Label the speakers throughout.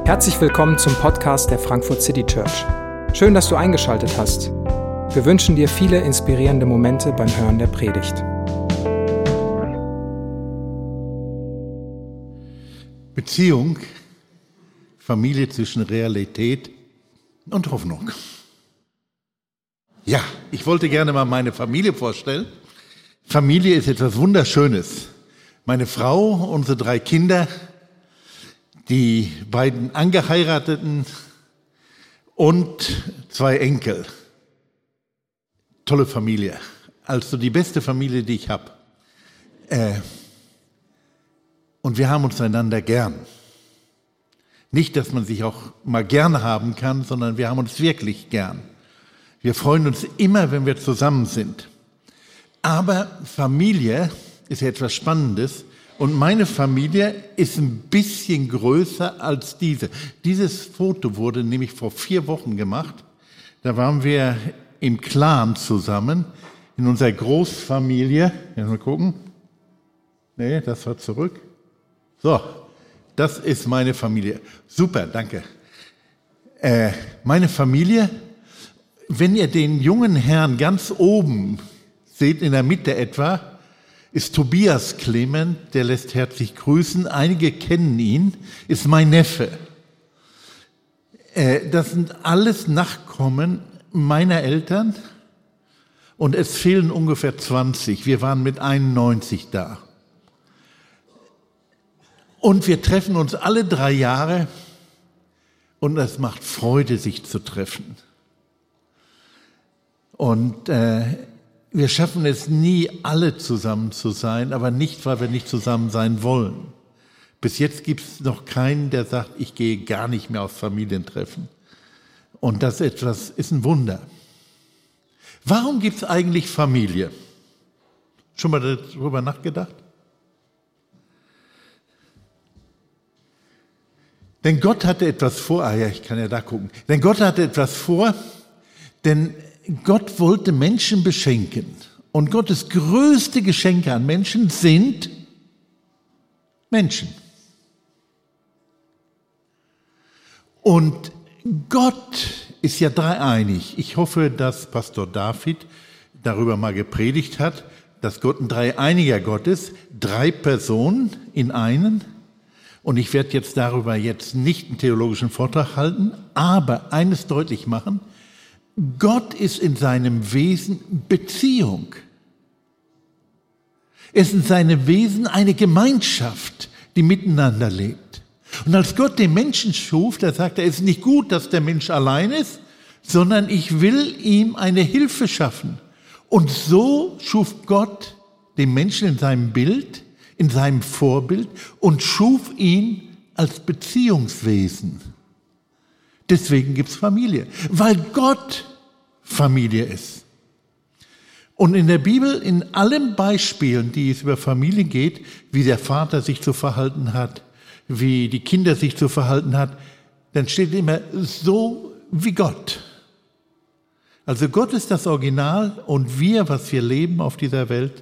Speaker 1: Herzlich willkommen zum Podcast der Frankfurt City Church. Schön, dass du eingeschaltet hast. Wir wünschen dir viele inspirierende Momente beim Hören der Predigt.
Speaker 2: Beziehung, Familie zwischen Realität und Hoffnung. Ja, ich wollte gerne mal meine Familie vorstellen. Familie ist etwas Wunderschönes. Meine Frau, unsere 3 Kinder, die beiden Angeheirateten und 2 Enkel. Tolle Familie. Also die beste Familie, die ich habe. Und wir haben uns einander gern. Nicht, dass man sich auch mal gern haben kann, sondern wir haben uns wirklich gern. Wir freuen uns immer, wenn wir zusammen sind. Aber Familie ist ja etwas Spannendes. Und meine Familie ist ein bisschen größer als diese. Dieses Foto wurde nämlich vor 4 Wochen gemacht. Da waren wir im Clan zusammen, in unserer Großfamilie. Mal gucken. Nee, das war zurück. So, das ist meine Familie. Super, danke. Meine Familie, wenn ihr den jungen Herrn ganz oben seht, in der Mitte etwa, ist Tobias Clement, der lässt herzlich grüßen. Einige kennen ihn, ist mein Neffe. Das sind alles Nachkommen meiner Eltern und es fehlen ungefähr 20. Wir waren mit 91 da. Und wir treffen uns alle 3 Jahre und es macht Freude, sich zu treffen. Und wir schaffen es nie, alle zusammen zu sein, aber nicht, weil wir nicht zusammen sein wollen. Bis jetzt gibt es noch keinen, der sagt, ich gehe gar nicht mehr auf Familientreffen. Und das ist ein Wunder. Warum gibt es eigentlich Familie? Schon mal darüber nachgedacht? Denn Gott hatte etwas vor, ich kann ja da gucken. Denn Gott hatte etwas vor, denn Gott wollte Menschen beschenken. Und Gottes größte Geschenke an Menschen sind Menschen. Und Gott ist ja dreieinig. Ich hoffe, dass Pastor David darüber mal gepredigt hat, dass Gott ein dreieiniger Gott ist, 3 Personen in einen. Und ich werde jetzt darüber nicht einen theologischen Vortrag halten, aber eines deutlich machen: Gott ist in seinem Wesen Beziehung. Er ist in seinem Wesen eine Gemeinschaft, die miteinander lebt. Und als Gott den Menschen schuf, da sagt er, es ist nicht gut, dass der Mensch allein ist, sondern ich will ihm eine Hilfe schaffen. Und so schuf Gott den Menschen in seinem Bild, in seinem Vorbild und schuf ihn als Beziehungswesen. Deswegen gibt es Familie, weil Gott Familie ist. Und in der Bibel, in allen Beispielen, die es über Familie geht, wie der Vater sich zu verhalten hat, wie die Kinder sich zu verhalten hat, dann steht immer so wie Gott. Also Gott ist das Original und wir, was wir leben auf dieser Welt,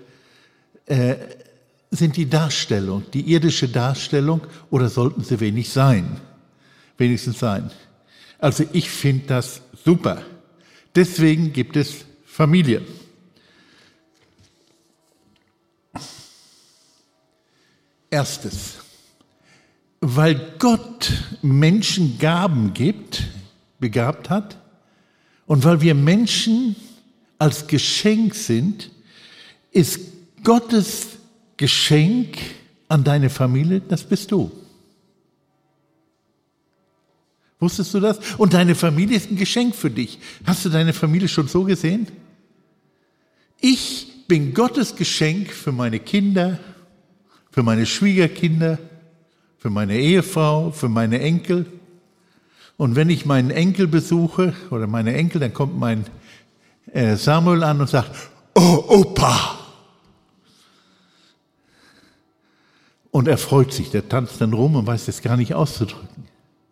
Speaker 2: sind die Darstellung, die irdische Darstellung, oder sollten sie wenigstens sein. Also ich finde das super. Deswegen gibt es Familie. Erstes, weil Gott Menschen Gaben begabt hat und weil wir Menschen als Geschenk sind, ist Gottes Geschenk an deine Familie, das bist du. Wusstest du das? Und deine Familie ist ein Geschenk für dich. Hast du deine Familie schon so gesehen? Ich bin Gottes Geschenk für meine Kinder, für meine Schwiegerkinder, für meine Ehefrau, für meine Enkel. Und wenn ich meinen Enkel besuche oder meine Enkel, dann kommt mein Samuel an und sagt, oh Opa. Und er freut sich, der tanzt dann rum und weiß das gar nicht auszudrücken.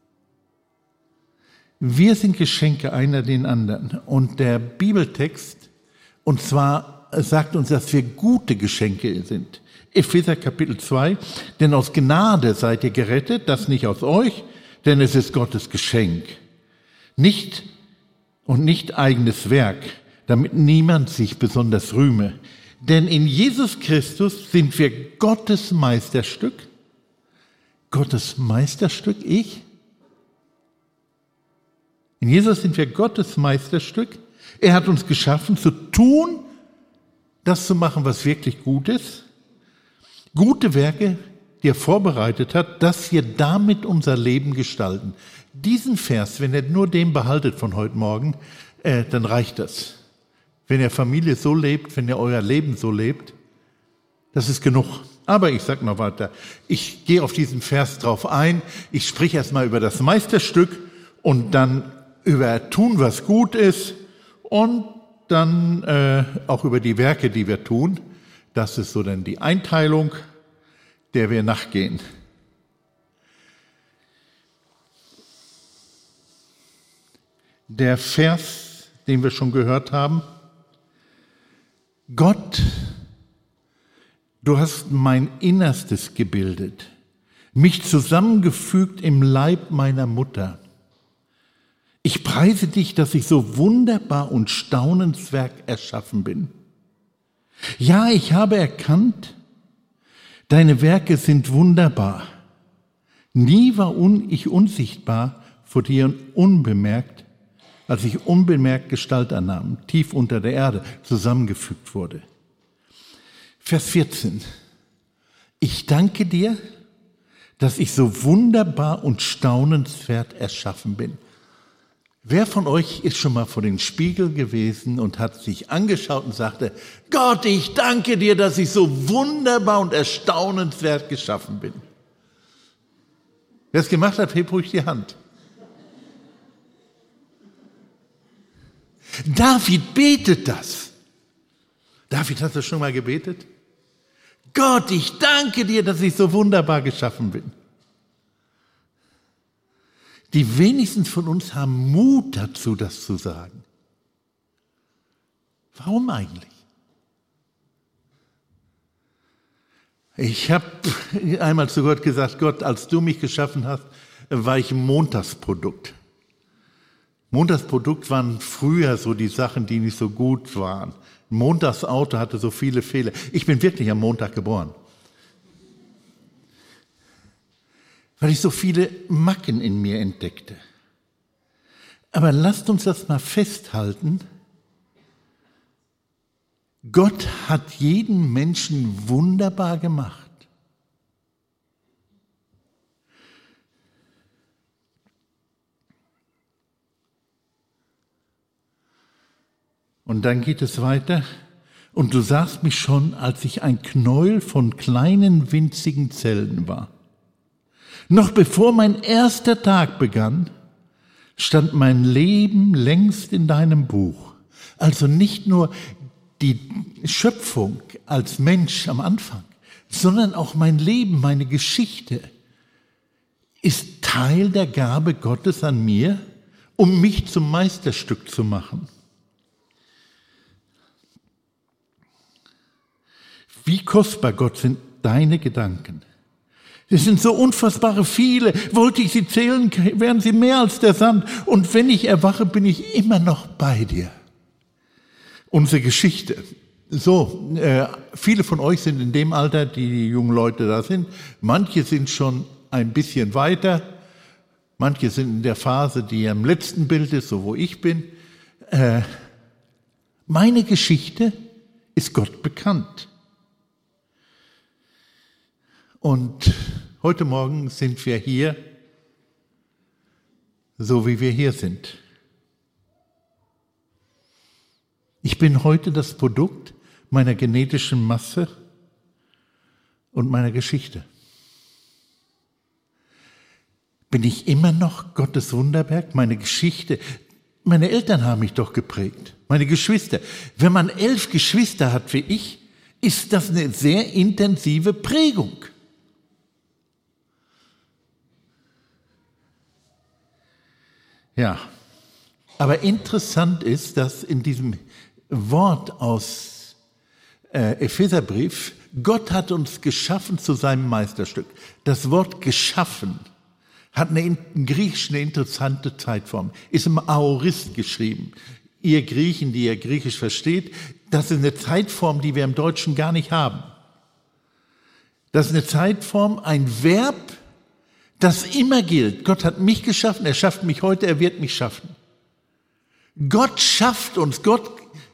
Speaker 2: Wir sind Geschenke einer den anderen. Und der Bibeltext, und zwar sagt uns, dass wir gute Geschenke sind. Epheser Kapitel 2, denn aus Gnade seid ihr gerettet, das nicht aus euch, denn es ist Gottes Geschenk. Nicht eigenes Werk, damit niemand sich besonders rühme. Denn in Jesus Christus sind wir Gottes Meisterstück. Gottes Meisterstück, ich? In Jesus sind wir Gottes Meisterstück. Er hat uns geschaffen, zu tun, das zu machen, was wirklich gut ist. Gute Werke, die er vorbereitet hat, dass wir damit unser Leben gestalten. Diesen Vers, wenn ihr nur den behaltet von heute Morgen, dann reicht das. Wenn ihr Familie so lebt, wenn ihr euer Leben so lebt, das ist genug. Aber ich sage noch weiter, ich gehe auf diesen Vers drauf ein, ich spreche erstmal über das Meisterstück und dann über tun, was gut ist und dann auch über die Werke, die wir tun. Das ist so dann die Einteilung, der wir nachgehen. Der Vers, den wir schon gehört haben: Gott, du hast mein Innerstes gebildet, mich zusammengefügt im Leib meiner Mutter. Ich preise dich, dass ich so wunderbar und staunenswert erschaffen bin. Ja, ich habe erkannt, deine Werke sind wunderbar. Nie war ich unsichtbar vor dir und unbemerkt, als ich unbemerkt Gestalt annahm, tief unter der Erde zusammengefügt wurde. Vers 14. Ich danke dir, dass ich so wunderbar und staunenswert erschaffen bin. Wer von euch ist schon mal vor dem Spiegel gewesen und hat sich angeschaut und sagte: Gott, ich danke dir, dass ich so wunderbar und erstaunenswert geschaffen bin? Wer es gemacht hat, hebt ruhig die Hand. David betet das. David, hast du schon mal gebetet? Gott, ich danke dir, dass ich so wunderbar geschaffen bin. Die wenigsten von uns haben Mut dazu, das zu sagen. Warum eigentlich? Ich habe einmal zu Gott gesagt: Gott, als du mich geschaffen hast, war ich ein Montagsprodukt. Montagsprodukt waren früher so die Sachen, die nicht so gut waren. Ein Montagsauto hatte so viele Fehler. Ich bin wirklich am Montag geboren. Weil ich so viele Macken in mir entdeckte. Aber lasst uns das mal festhalten. Gott hat jeden Menschen wunderbar gemacht. Und dann geht es weiter. Und du sahst mich schon, als ich ein Knäuel von kleinen, winzigen Zellen war. Noch bevor mein erster Tag begann, stand mein Leben längst in deinem Buch. Also nicht nur die Schöpfung als Mensch am Anfang, sondern auch mein Leben, meine Geschichte ist Teil der Gabe Gottes an mir, um mich zum Meisterstück zu machen. Wie kostbar, Gott, sind deine Gedanken. Es sind so unfassbare viele. Wollte ich sie zählen, wären sie mehr als der Sand. Und wenn ich erwache, bin ich immer noch bei dir. Unsere Geschichte. So, viele von euch sind in dem Alter, die jungen Leute da sind. Manche sind schon ein bisschen weiter. Manche sind in der Phase, die am letzten Bild ist, so wo ich bin. Meine Geschichte ist Gott bekannt. Und heute Morgen sind wir hier, so wie wir hier sind. Ich bin heute das Produkt meiner genetischen Masse und meiner Geschichte. Bin ich immer noch Gottes Wunderwerk, meine Geschichte? Meine Eltern haben mich doch geprägt, meine Geschwister. Wenn man 11 Geschwister hat wie ich, ist das eine sehr intensive Prägung. Ja, aber interessant ist, dass in diesem Wort aus Epheserbrief, Gott hat uns geschaffen zu seinem Meisterstück. Das Wort geschaffen hat im Griechischen eine interessante Zeitform, ist im Aorist geschrieben. Ihr Griechen, die ihr Griechisch versteht, das ist eine Zeitform, die wir im Deutschen gar nicht haben. Das ist eine Zeitform, ein Verb, das immer gilt. Gott hat mich geschaffen, er schafft mich heute, er wird mich schaffen. Gott schafft uns, Gott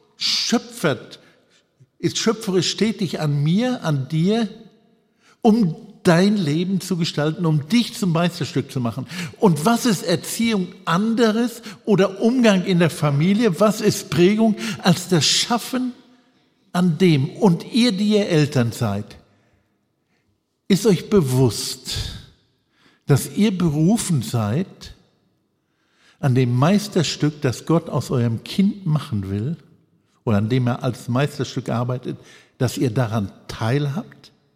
Speaker 2: ist schöpferisch tätig an mir, an dir, um dein Leben zu gestalten, um dich zum Meisterstück zu machen. Und was ist Erziehung anderes oder Umgang in der Familie? Was ist Prägung als das Schaffen an dem? Und ihr, die ihr Eltern seid, ist euch bewusst, dass ihr berufen seid, an dem Meisterstück, das Gott aus eurem Kind machen will, oder an dem er als Meisterstück arbeitet, dass ihr daran teilhabt?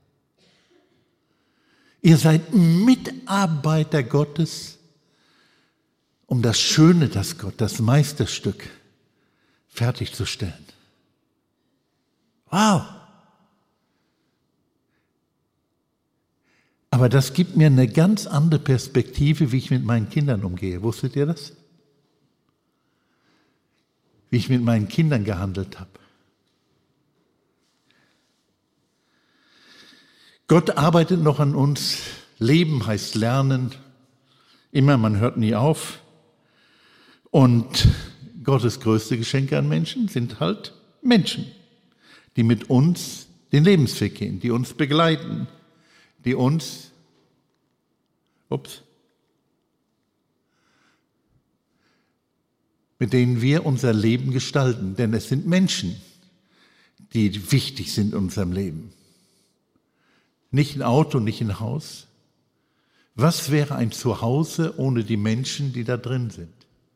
Speaker 2: Ihr seid Mitarbeiter Gottes, um das Schöne, das Gott, das Meisterstück fertigzustellen. Wow! Aber das gibt mir eine ganz andere Perspektive, wie ich mit meinen Kindern umgehe. Wusstet ihr das? Wie ich mit meinen Kindern gehandelt habe. Gott arbeitet noch an uns. Leben heißt Lernen. Immer, man hört nie auf. Und Gottes größte Geschenke an Menschen sind halt Menschen, die mit uns den Lebensweg gehen, die uns begleiten, die uns, mit denen wir unser Leben gestalten. Denn es sind Menschen, die wichtig sind in unserem Leben. Nicht ein Auto, nicht ein Haus. Was wäre ein Zuhause ohne die Menschen, die da drin sind?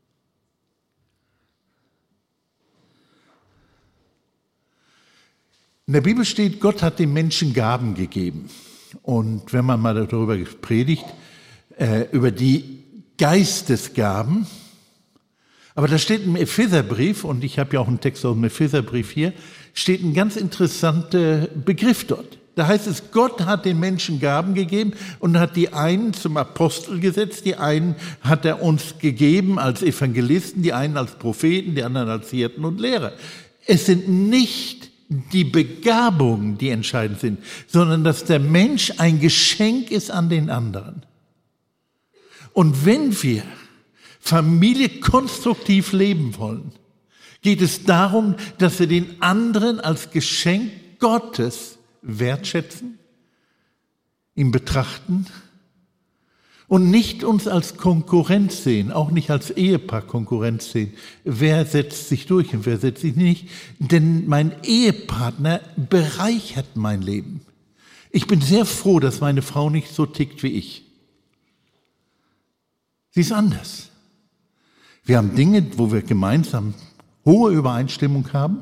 Speaker 2: In der Bibel steht, Gott hat den Menschen Gaben gegeben. Und wenn man mal darüber predigt, über die Geistesgaben, aber da steht im Epheserbrief, und ich habe ja auch einen Text aus dem Epheserbrief hier, steht ein ganz interessanter Begriff dort. Da heißt es, Gott hat den Menschen Gaben gegeben und hat die einen zum Apostel gesetzt, die einen hat er uns gegeben als Evangelisten, die einen als Propheten, die anderen als Hirten und Lehrer. Es sind nicht die Begabungen, die entscheidend sind, sondern dass der Mensch ein Geschenk ist an den anderen. Und wenn wir Familie konstruktiv leben wollen, geht es darum, dass wir den anderen als Geschenk Gottes wertschätzen, ihn betrachten und nicht uns als Konkurrenz sehen, auch nicht als Ehepaar Konkurrenz sehen. Wer setzt sich durch und wer setzt sich nicht? Denn mein Ehepartner bereichert mein Leben. Ich bin sehr froh, dass meine Frau nicht so tickt wie ich. Sie ist anders. Wir haben Dinge, wo wir gemeinsam hohe Übereinstimmung haben.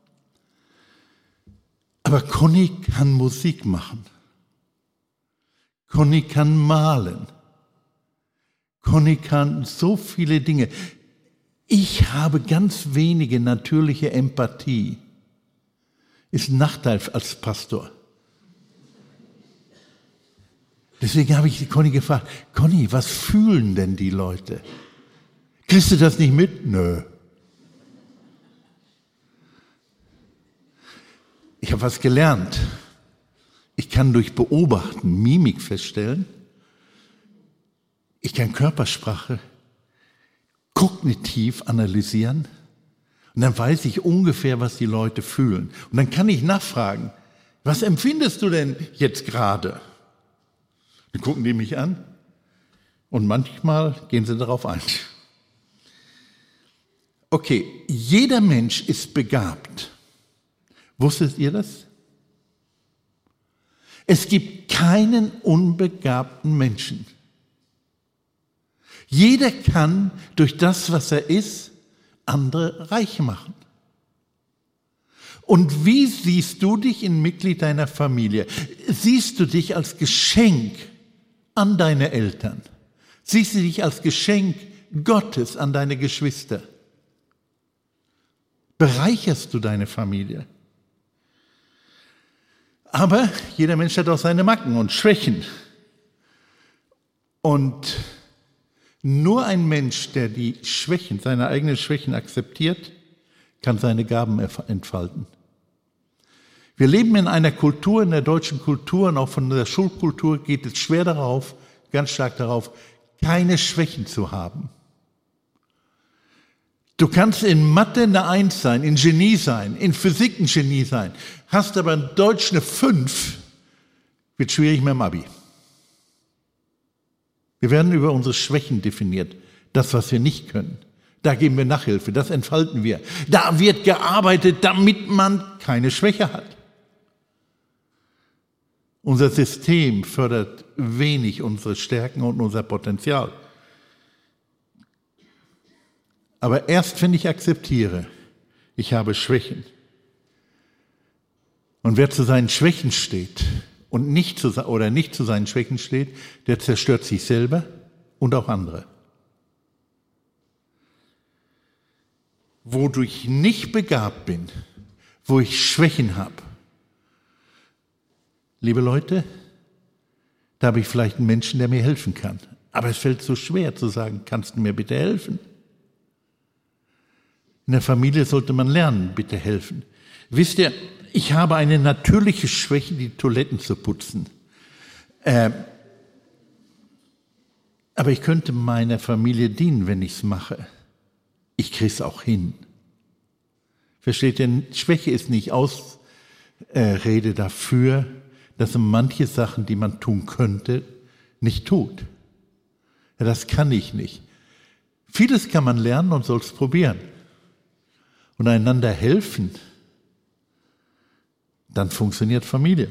Speaker 2: Aber Conny kann Musik machen. Conny kann malen. Conny kann so viele Dinge. Ich habe ganz wenige natürliche Empathie. Ist ein Nachteil als Pastor. Deswegen habe ich die Conny gefragt, Conny, was fühlen denn die Leute? Kriegst du das nicht mit? Nö. Ich habe was gelernt. Ich kann durch Beobachten Mimik feststellen. Ich kann Körpersprache kognitiv analysieren. Und dann weiß ich ungefähr, was die Leute fühlen. Und dann kann ich nachfragen, was empfindest du denn jetzt gerade? Dann gucken die mich an und manchmal gehen sie darauf ein. Okay, jeder Mensch ist begabt. Wusstet ihr das? Es gibt keinen unbegabten Menschen. Jeder kann durch das, was er ist, andere reich machen. Und wie siehst du dich in Mitglied deiner Familie? Siehst du dich als Geschenk an deine Eltern? Siehst du dich als Geschenk Gottes an deine Geschwister? Bereicherst du deine Familie? Aber jeder Mensch hat auch seine Macken und Schwächen. Und Nur ein Mensch, der die Schwächen, seine eigenen Schwächen akzeptiert, kann seine Gaben entfalten. Wir leben in einer Kultur, in der deutschen Kultur und auch von der Schulkultur geht es schwer darauf, ganz stark darauf, keine Schwächen zu haben. Du kannst in Mathe eine 1 sein, in Genie sein, in Physik ein Genie sein, hast aber in Deutsch eine 5, wird schwierig mit dem Abi. Wir werden über unsere Schwächen definiert, das, was wir nicht können. Da geben wir Nachhilfe, das entfalten wir. Da wird gearbeitet, damit man keine Schwäche hat. Unser System fördert wenig unsere Stärken und unser Potenzial. Aber erst, wenn ich akzeptiere, ich habe Schwächen. Und wer zu seinen Schwächen steht und nicht zu seinen Schwächen steht, der zerstört sich selber und auch andere. Wodurch ich nicht begabt bin, wo ich Schwächen habe, liebe Leute, da habe ich vielleicht einen Menschen, der mir helfen kann. Aber es fällt so schwer zu sagen, kannst du mir bitte helfen? In der Familie sollte man lernen, bitte helfen. Wisst ihr, ich habe eine natürliche Schwäche, die Toiletten zu putzen. Aber ich könnte meiner Familie dienen, wenn ich es mache. Ich kriege es auch hin. Versteht ihr, Schwäche ist nicht Ausrede dafür, dass man manche Sachen, die man tun könnte, nicht tut. Ja, das kann ich nicht. Vieles kann man lernen und soll es probieren. Und einander helfen, dann funktioniert Familie.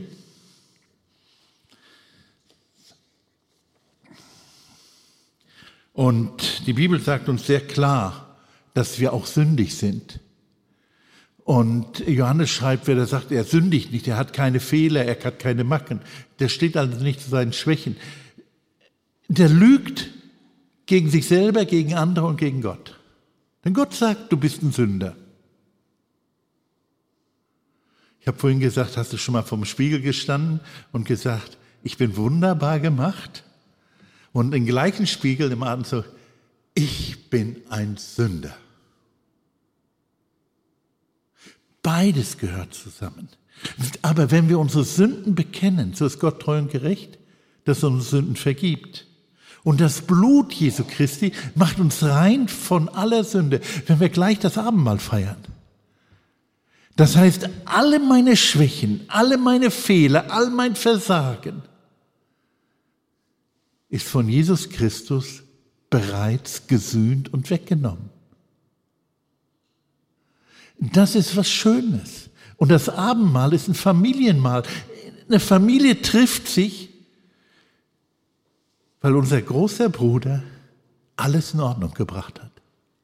Speaker 2: Und die Bibel sagt uns sehr klar, dass wir auch sündig sind. Und Johannes schreibt, wer da sagt, er sündigt nicht, er hat keine Fehler, er hat keine Macken, der steht also nicht zu seinen Schwächen. Der lügt gegen sich selber, gegen andere und gegen Gott. Denn Gott sagt, du bist ein Sünder. Ich habe vorhin gesagt, hast du schon mal vorm Spiegel gestanden und gesagt, ich bin wunderbar gemacht? Und im gleichen Spiegel im Atem so, ich bin ein Sünder. Beides gehört zusammen. Aber wenn wir unsere Sünden bekennen, so ist Gott treu und gerecht, dass er uns Sünden vergibt. Und das Blut Jesu Christi macht uns rein von aller Sünde, wenn wir gleich das Abendmahl feiern. Das heißt, alle meine Schwächen, alle meine Fehler, all mein Versagen ist von Jesus Christus bereits gesühnt und weggenommen. Das ist was Schönes. Und das Abendmahl ist ein Familienmahl. Eine Familie trifft sich, weil unser großer Bruder alles in Ordnung gebracht hat.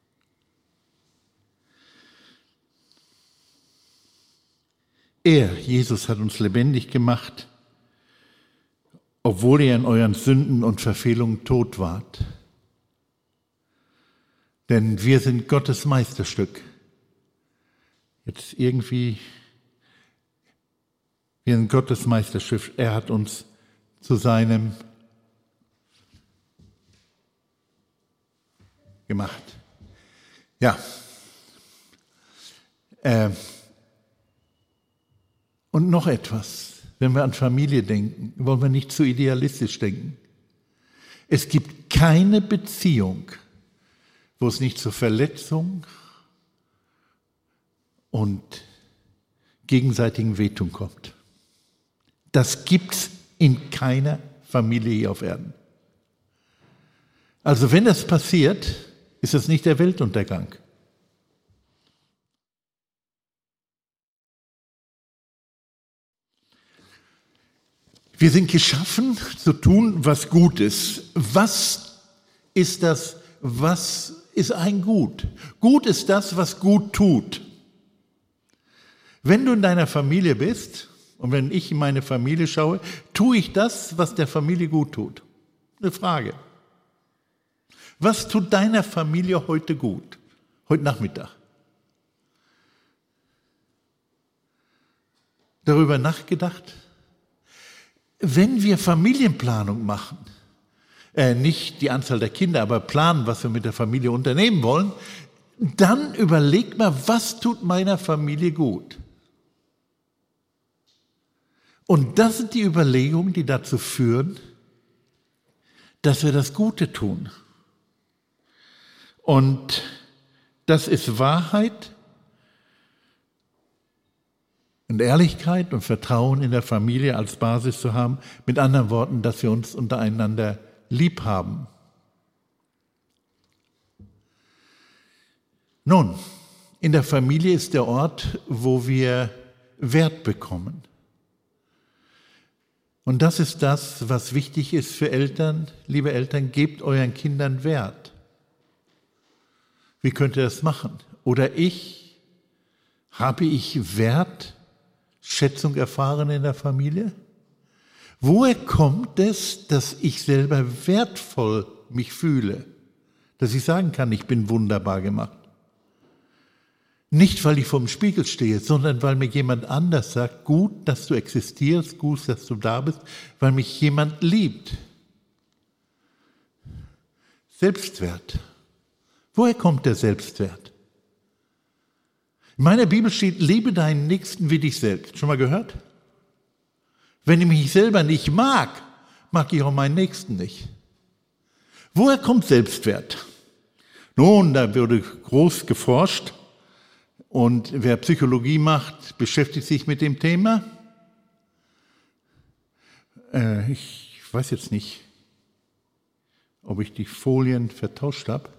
Speaker 2: Jesus, hat uns lebendig gemacht, obwohl ihr in euren Sünden und Verfehlungen tot wart. Denn wir sind Gottes Meisterstück. Jetzt irgendwie, wir sind Gottes Meisterstück. Er hat uns zu seinem gemacht. Ja. Und noch etwas, wenn wir an Familie denken, wollen wir nicht zu idealistisch denken. Es gibt keine Beziehung, wo es nicht zur Verletzung und gegenseitigen Wehtun kommt. Das gibt's in keiner Familie hier auf Erden. Also wenn das passiert, ist es nicht der Weltuntergang. Wir sind geschaffen, zu tun, was gut ist. Was ist das? Was ist ein Gut? Gut ist das, was gut tut. Wenn du in deiner Familie bist und wenn ich in meine Familie schaue, tue ich das, was der Familie gut tut? Eine Frage. Was tut deiner Familie heute gut? Heute Nachmittag? Darüber nachgedacht? Wenn wir Familienplanung machen, nicht die Anzahl der Kinder, aber planen, was wir mit der Familie unternehmen wollen, dann überlegt mal, was tut meiner Familie gut? Und das sind die Überlegungen, die dazu führen, dass wir das Gute tun. Und das ist Wahrheit und Ehrlichkeit und Vertrauen in der Familie als Basis zu haben. Mit anderen Worten, dass wir uns untereinander lieb haben. Nun, in der Familie ist der Ort, wo wir Wert bekommen. Und das ist das, was wichtig ist für Eltern. Liebe Eltern, gebt euren Kindern Wert. Wie könnt ihr das machen? Oder habe ich Wertschätzung erfahren in der Familie? Woher kommt es, dass ich selber wertvoll mich fühle? Dass ich sagen kann, ich bin wunderbar gemacht. Nicht, weil ich vorm Spiegel stehe, sondern weil mir jemand anders sagt, gut, dass du existierst, gut, dass du da bist, weil mich jemand liebt. Selbstwert. Woher kommt der Selbstwert? In meiner Bibel steht, liebe deinen Nächsten wie dich selbst. Schon mal gehört? Wenn ich mich selber nicht mag, mag ich auch meinen Nächsten nicht. Woher kommt Selbstwert? Nun, da wurde groß geforscht. Und wer Psychologie macht, beschäftigt sich mit dem Thema. Ich weiß jetzt nicht, ob ich die Folien vertauscht habe.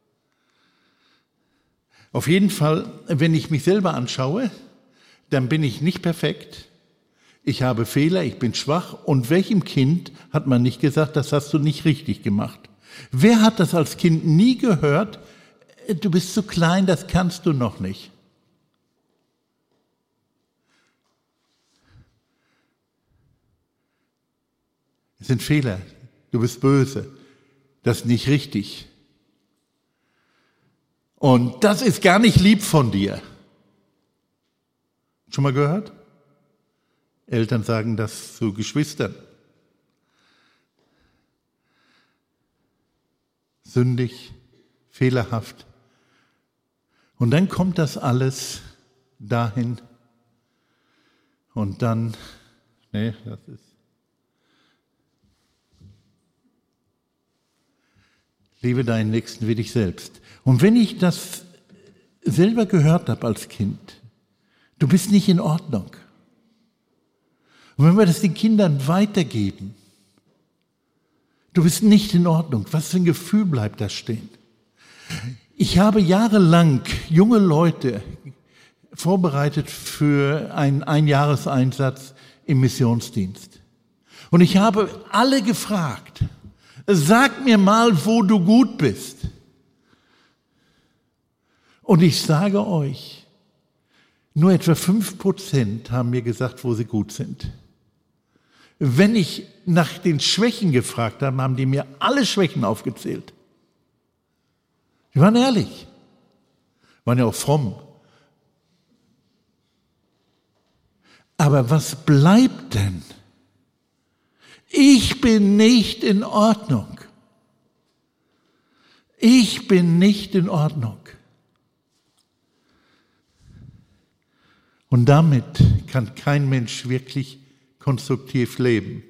Speaker 2: Auf jeden Fall, wenn ich mich selber anschaue, dann bin ich nicht perfekt. Ich habe Fehler, ich bin schwach. Und welchem Kind hat man nicht gesagt, das hast du nicht richtig gemacht? Wer hat das als Kind nie gehört? Du bist zu klein, das kannst du noch nicht. Es sind Fehler, du bist böse, das ist nicht richtig. Und das ist gar nicht lieb von dir. Schon mal gehört? Eltern sagen das zu Geschwistern. Sündig, fehlerhaft. Und dann kommt das alles dahin. Und dann, das ist. Liebe deinen Nächsten wie dich selbst. Und wenn ich das selber gehört habe als Kind, du bist nicht in Ordnung. Und wenn wir das den Kindern weitergeben, du bist nicht in Ordnung, was für ein Gefühl bleibt da stehen? Ich habe jahrelang junge Leute vorbereitet für einen Einjahreseinsatz im Missionsdienst. Und ich habe alle gefragt, sag mir mal, wo du gut bist. Und ich sage euch, nur etwa 5% haben mir gesagt, wo sie gut sind. Wenn ich nach den Schwächen gefragt habe, haben die mir alle Schwächen aufgezählt. Die waren ehrlich, waren ja auch fromm. Aber was bleibt denn? Ich bin nicht in Ordnung. Ich bin nicht in Ordnung. Und damit kann kein Mensch wirklich konstruktiv leben.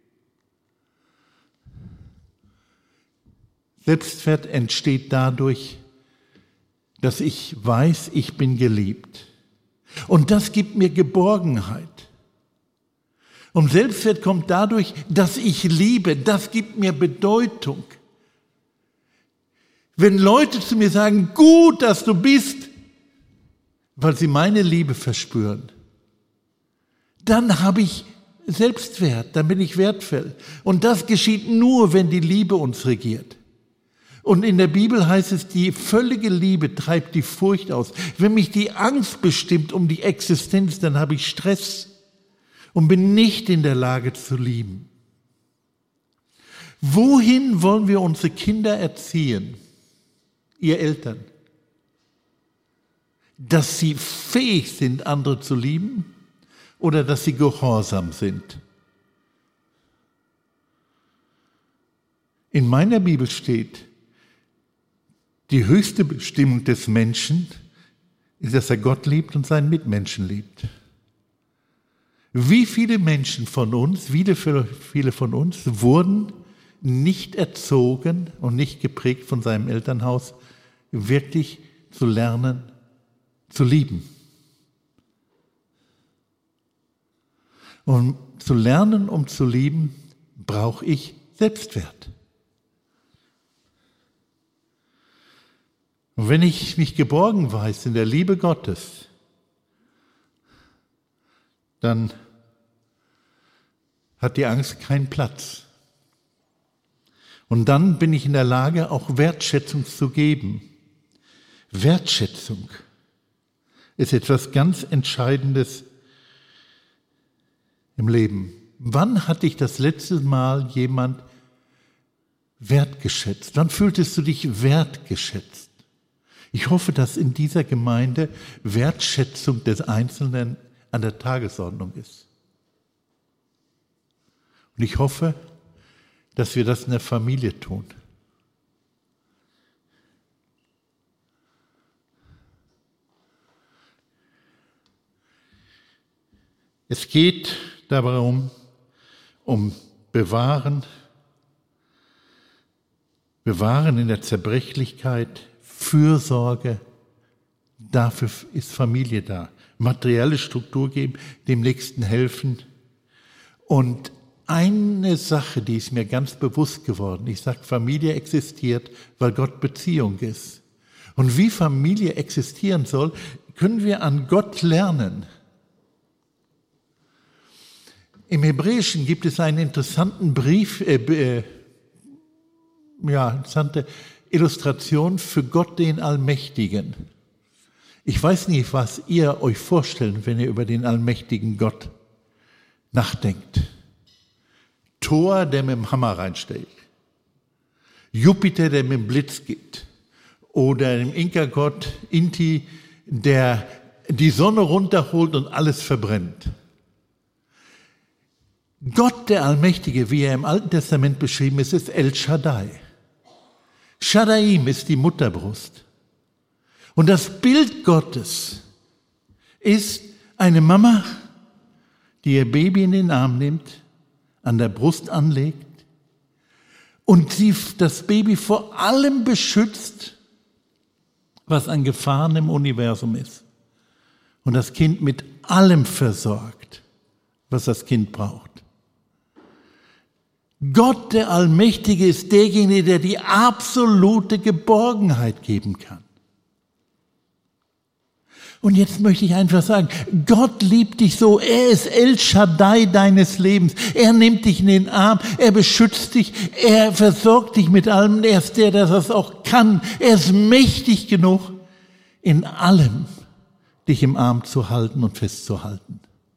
Speaker 2: Selbstwert entsteht dadurch, dass ich weiß, ich bin geliebt. Und das gibt mir Geborgenheit. Und Selbstwert kommt dadurch, dass ich liebe. Das gibt mir Bedeutung. Wenn Leute zu mir sagen, gut, dass du bist, weil sie meine Liebe verspüren, dann habe ich Selbstwert, dann bin ich wertvoll. Und das geschieht nur, wenn die Liebe uns regiert. Und in der Bibel heißt es, die völlige Liebe treibt die Furcht aus. Wenn mich die Angst bestimmt um die Existenz, dann habe ich Stress und bin nicht in der Lage zu lieben. Wohin wollen wir unsere Kinder erziehen, ihr Eltern? Dass sie fähig sind, andere zu lieben oder dass sie gehorsam sind? In meiner Bibel steht, die höchste Bestimmung des Menschen ist, dass er Gott liebt und seinen Mitmenschen liebt. Wie viele Menschen von uns, viele von uns, wurden nicht erzogen und nicht geprägt von seinem Elternhaus, wirklich zu lernen, zu lieben. Und zu lernen, um zu lieben, brauche ich Selbstwert. Und wenn ich mich geborgen weiß in der Liebe Gottes, dann hat die Angst keinen Platz. Und dann bin ich in der Lage, auch Wertschätzung zu geben. Wertschätzung ist etwas ganz Entscheidendes im Leben. Wann hat dich das letzte Mal jemand wertgeschätzt? Wann fühltest du dich wertgeschätzt? Ich hoffe, dass in dieser Gemeinde Wertschätzung des Einzelnen an der Tagesordnung ist. Und ich hoffe, dass wir das in der Familie tun. Es geht darum, um Bewahren in der Zerbrechlichkeit, Fürsorge, dafür ist Familie da. Materielle Struktur geben, dem Nächsten helfen. Und eine Sache, die ist mir ganz bewusst geworden. Ich sage, Familie existiert, weil Gott Beziehung ist. Und wie Familie existieren soll, können wir an Gott lernen. Im Hebräischen gibt es einen interessanten interessante Illustration für Gott, den Allmächtigen. Ich weiß nicht, was ihr euch vorstellt, wenn ihr über den allmächtigen Gott nachdenkt. Thor, der mit dem Hammer reinstellt. Jupiter, der mit dem Blitz geht. Oder dem Inka-Gott Inti, der die Sonne runterholt und alles verbrennt. Gott, der Allmächtige, wie er im Alten Testament beschrieben ist, ist El Shaddai. Shaddaim ist die Mutterbrust. Und das Bild Gottes ist eine Mama, die ihr Baby in den Arm nimmt, an der Brust anlegt und sie das Baby vor allem beschützt, was an Gefahren im Universum ist. Und das Kind mit allem versorgt, was das Kind braucht. Gott, der Allmächtige, ist derjenige, der die absolute Geborgenheit geben kann. Und jetzt möchte ich einfach sagen, Gott liebt dich so, er ist El Shaddai deines Lebens. Er nimmt dich in den Arm, er beschützt dich, er versorgt dich mit allem, er ist der das auch kann. Er ist mächtig genug, in allem dich im Arm zu halten und festzuhalten.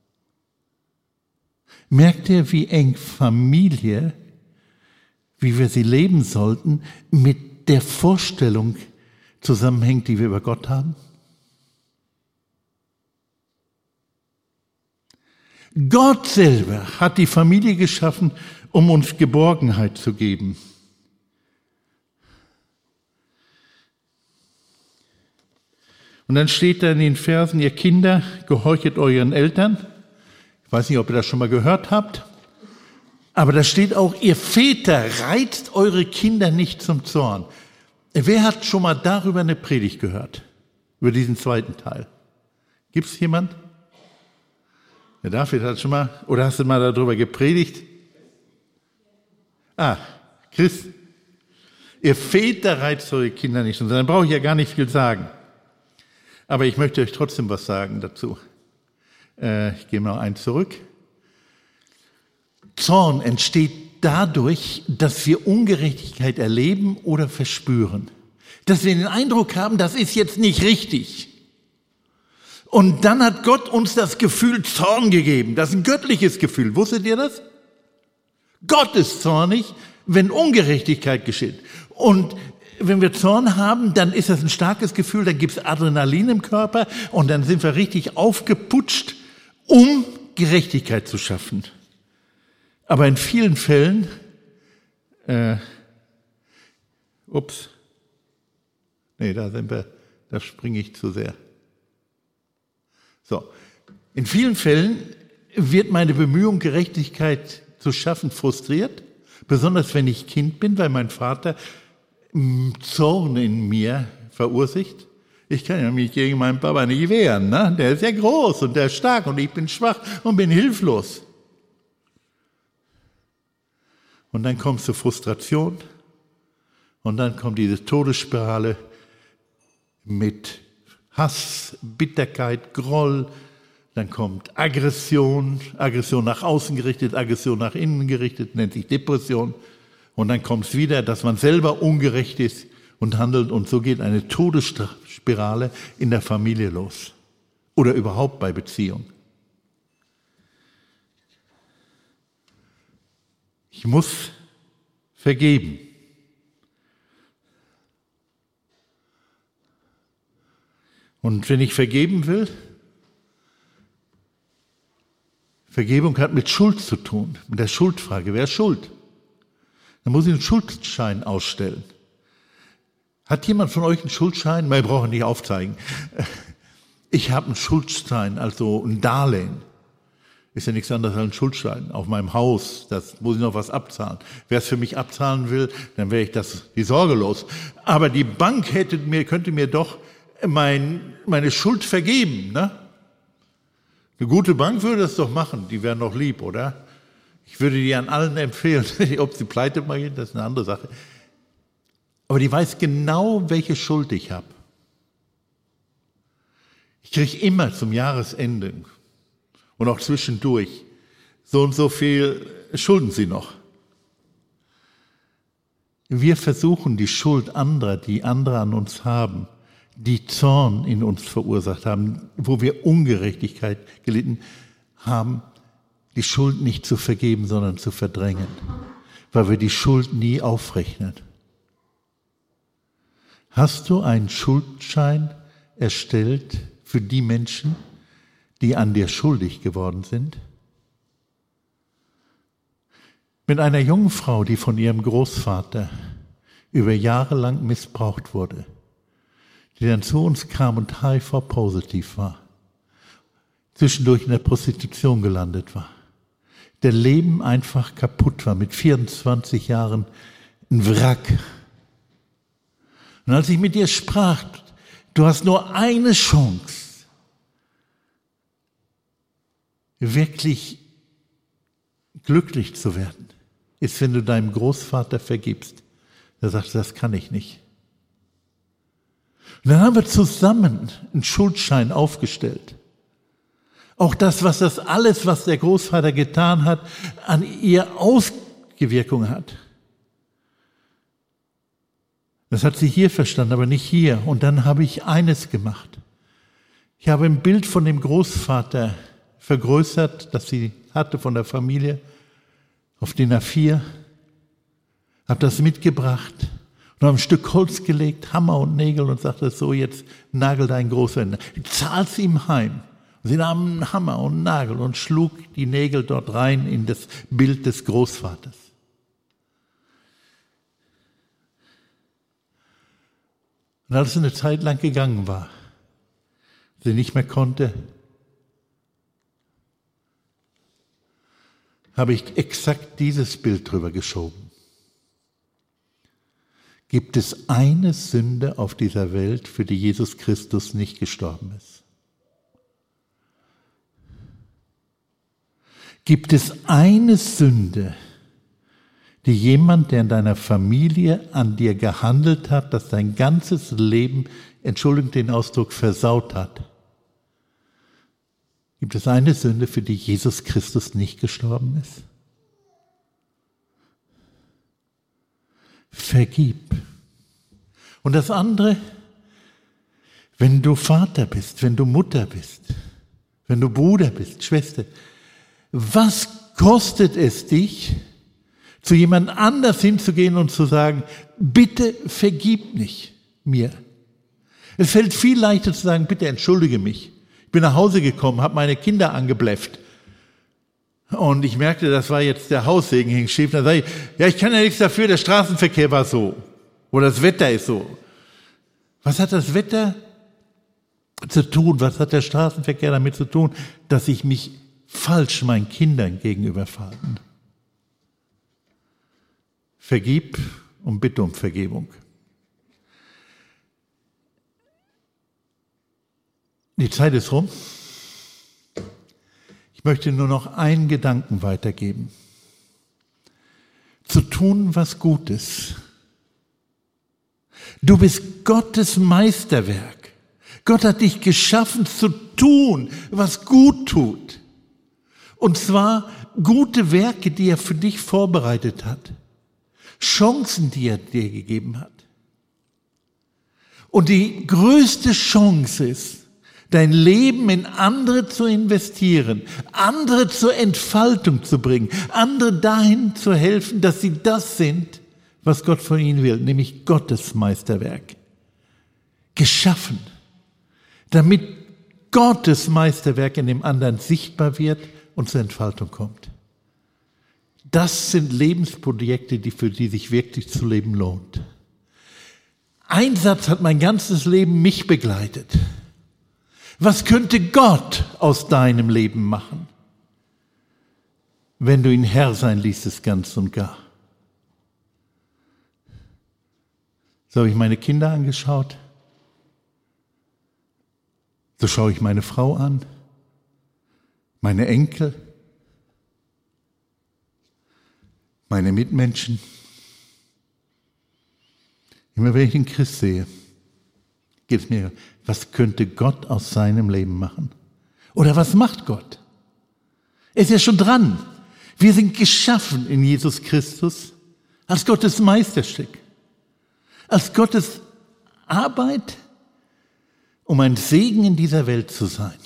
Speaker 2: Merkt ihr, wie eng Familie, wie wir sie leben sollten, mit der Vorstellung zusammenhängt, die wir über Gott haben? Gott selber hat die Familie geschaffen, um uns Geborgenheit zu geben. Und dann steht da in den Versen, ihr Kinder, gehorchet euren Eltern. Ich weiß nicht, ob ihr das schon mal gehört habt, aber da steht auch, ihr Väter, reizt eure Kinder nicht zum Zorn. Wer hat schon mal darüber eine Predigt gehört? Über diesen zweiten Teil? Gibt es jemand? Der David hat schon mal, oder hast du mal darüber gepredigt? Chris. Ihr Väter, reizt eure Kinder nicht zum Zorn. Dann brauche ich ja gar nicht viel sagen. Aber ich möchte euch trotzdem was sagen dazu. Ich gehe mal eins zurück. Zorn entsteht dadurch, dass wir Ungerechtigkeit erleben oder verspüren. Dass wir den Eindruck haben, das ist jetzt nicht richtig. Und dann hat Gott uns das Gefühl Zorn gegeben. Das ist ein göttliches Gefühl. Wusstet ihr das? Gott ist zornig, wenn Ungerechtigkeit geschieht. Und wenn wir Zorn haben, dann ist das ein starkes Gefühl, dann gibt es Adrenalin im Körper und dann sind wir richtig aufgeputscht, um Gerechtigkeit zu schaffen. Aber in vielen Fällen Ups. Nee, da springe ich zu sehr. So. In vielen Fällen wird meine Bemühung, Gerechtigkeit zu schaffen, frustriert. Besonders wenn ich Kind bin, weil mein Vater Zorn in mir verursacht. Ich kann ja mich gegen meinen Papa nicht wehren, ne? Der ist ja groß und der ist stark und ich bin schwach und bin hilflos. Und dann kommt zur Frustration und dann kommt diese Todesspirale mit Hass, Bitterkeit, Groll. Dann kommt Aggression nach außen gerichtet, Aggression nach innen gerichtet, nennt sich Depression. Und dann kommt es wieder, dass man selber ungerecht ist und handelt. Und so geht eine Todesspirale in der Familie los. Oder überhaupt bei Beziehungen. Ich muss vergeben. Und wenn ich vergeben will, Vergebung hat mit Schuld zu tun, mit der Schuldfrage. Wer ist schuld? Dann muss ich einen Schuldschein ausstellen. Hat jemand von euch einen Schuldschein? Wir brauchen nicht aufzeigen. Ich habe einen Schuldschein, also ein Darlehen. Ist ja nichts anderes als ein Schuldschein auf meinem Haus. Das muss ich noch was abzahlen. Wer es für mich abzahlen will, dann wäre ich die Sorge los. Aber die Bank könnte mir doch meine Schuld vergeben, ne? Eine gute Bank würde das doch machen, die wären doch lieb, oder? Ich würde die an allen empfehlen, ob sie pleite mal gehen, das ist eine andere Sache. Aber die weiß genau, welche Schuld ich habe. Ich kriege immer zum Jahresende und auch zwischendurch so und so viel schulden sie noch. Wir versuchen die Schuld anderer, die andere an uns haben, die Zorn in uns verursacht haben, wo wir Ungerechtigkeit gelitten haben, die Schuld nicht zu vergeben, sondern zu verdrängen, weil wir die Schuld nie aufrechnen. Hast du einen Schuldschein erstellt für die Menschen, die an dir schuldig geworden sind? Mit einer jungen Frau, die von ihrem Großvater über Jahre lang missbraucht wurde, die dann zu uns kam und HIV-positiv war, zwischendurch in der Prostitution gelandet war, der Leben einfach kaputt war, mit 24 Jahren ein Wrack. Und als ich mit ihr sprach, du hast nur eine Chance, wirklich glücklich zu werden, ist, wenn du deinem Großvater vergibst. Er sagt, das kann ich nicht. Und dann haben wir zusammen einen Schuldschein aufgestellt. Auch das, was der Großvater getan hat, an ihr Auswirkungen hat. Das hat sie hier verstanden, aber nicht hier. Und dann habe ich eines gemacht. Ich habe ein Bild von dem Großvater vergrößert, das sie hatte von der Familie, auf DIN A4, habe das mitgebracht und habe ein Stück Holz gelegt, Hammer und Nägel und sagte, so, jetzt nagel deinen Großvater. Zahl's ihm heim. Und sie nahmen einen Hammer und einen Nagel und schlug die Nägel dort rein in das Bild des Großvaters. Und als es eine Zeit lang gegangen war, sie nicht mehr konnte, habe ich exakt dieses Bild drüber geschoben. Gibt es eine Sünde auf dieser Welt, für die Jesus Christus nicht gestorben ist? Gibt es eine Sünde, die jemand, der in deiner Familie an dir gehandelt hat, das dein ganzes Leben, entschuldigt den Ausdruck, versaut hat? Gibt es eine Sünde, für die Jesus Christus nicht gestorben ist? Vergib. Und das andere, wenn du Vater bist, wenn du Mutter bist, wenn du Bruder bist, Schwester, was kostet es dich, zu jemand anders hinzugehen und zu sagen, bitte vergib mir. Es fällt viel leichter zu sagen, bitte entschuldige mich. Ich bin nach Hause gekommen, habe meine Kinder angebläfft und ich merkte, das war jetzt der Haussegen hing schief. Dann sage ich, ja, ich kann ja nichts dafür, der Straßenverkehr war so. Oder das Wetter ist so. Was hat das Wetter zu tun? Was hat der Straßenverkehr damit zu tun, dass ich mich falsch meinen Kindern gegenüber verhalte? Vergib und bitte um Vergebung. Die Zeit ist rum. Ich möchte nur noch einen Gedanken weitergeben. Zu tun, was gut ist. Du bist Gottes Meisterwerk. Gott hat dich geschaffen zu tun, was gut tut. Und zwar gute Werke, die er für dich vorbereitet hat. Chancen, die er dir gegeben hat. Und die größte Chance ist, dein Leben in andere zu investieren, andere zur Entfaltung zu bringen, andere dahin zu helfen, dass sie das sind, was Gott von ihnen will, nämlich Gottes Meisterwerk. Geschaffen, damit Gottes Meisterwerk in dem anderen sichtbar wird und zur Entfaltung kommt. Das sind Lebensprojekte, für die sich wirklich zu leben lohnt. Ein Satz hat mein ganzes Leben mich begleitet. Was könnte Gott aus deinem Leben machen, wenn du ihn Herr sein ließest, ganz und gar? So habe ich meine Kinder angeschaut. So schaue ich meine Frau an, meine Enkel, meine Mitmenschen. Immer wenn ich den Christ sehe, geht es mir, was könnte Gott aus seinem Leben machen? Oder was macht Gott? Er ist ja schon dran. Wir sind geschaffen in Jesus Christus als Gottes Meisterstück, als Gottes Arbeit, um ein Segen in dieser Welt zu sein.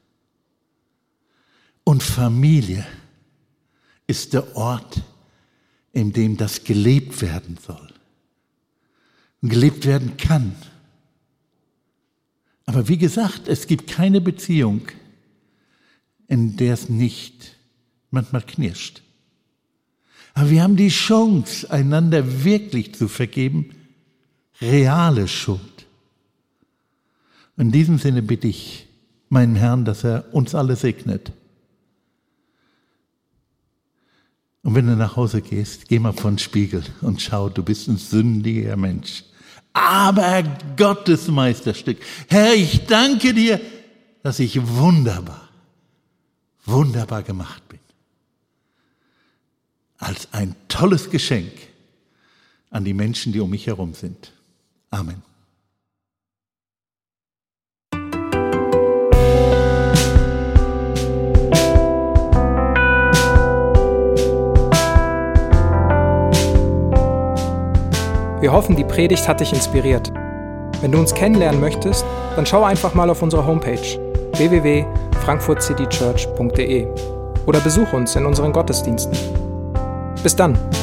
Speaker 2: Und Familie ist der Ort, in dem das gelebt werden soll und gelebt werden kann. Aber wie gesagt, es gibt keine Beziehung, in der es nicht manchmal knirscht. Aber wir haben die Chance, einander wirklich zu vergeben, reale Schuld. In diesem Sinne bitte ich meinen Herrn, dass er uns alle segnet. Und wenn du nach Hause gehst, geh mal vor den Spiegel und schau, du bist ein sündiger Mensch. Aber Gottes Meisterstück. Herr, ich danke dir, dass ich wunderbar gemacht bin. Als ein tolles Geschenk an die Menschen, die um mich herum sind. Amen.
Speaker 1: Wir hoffen, die Predigt hat dich inspiriert. Wenn du uns kennenlernen möchtest, dann schau einfach mal auf unsere Homepage www.frankfurtcitychurch.de oder besuch uns in unseren Gottesdiensten. Bis dann!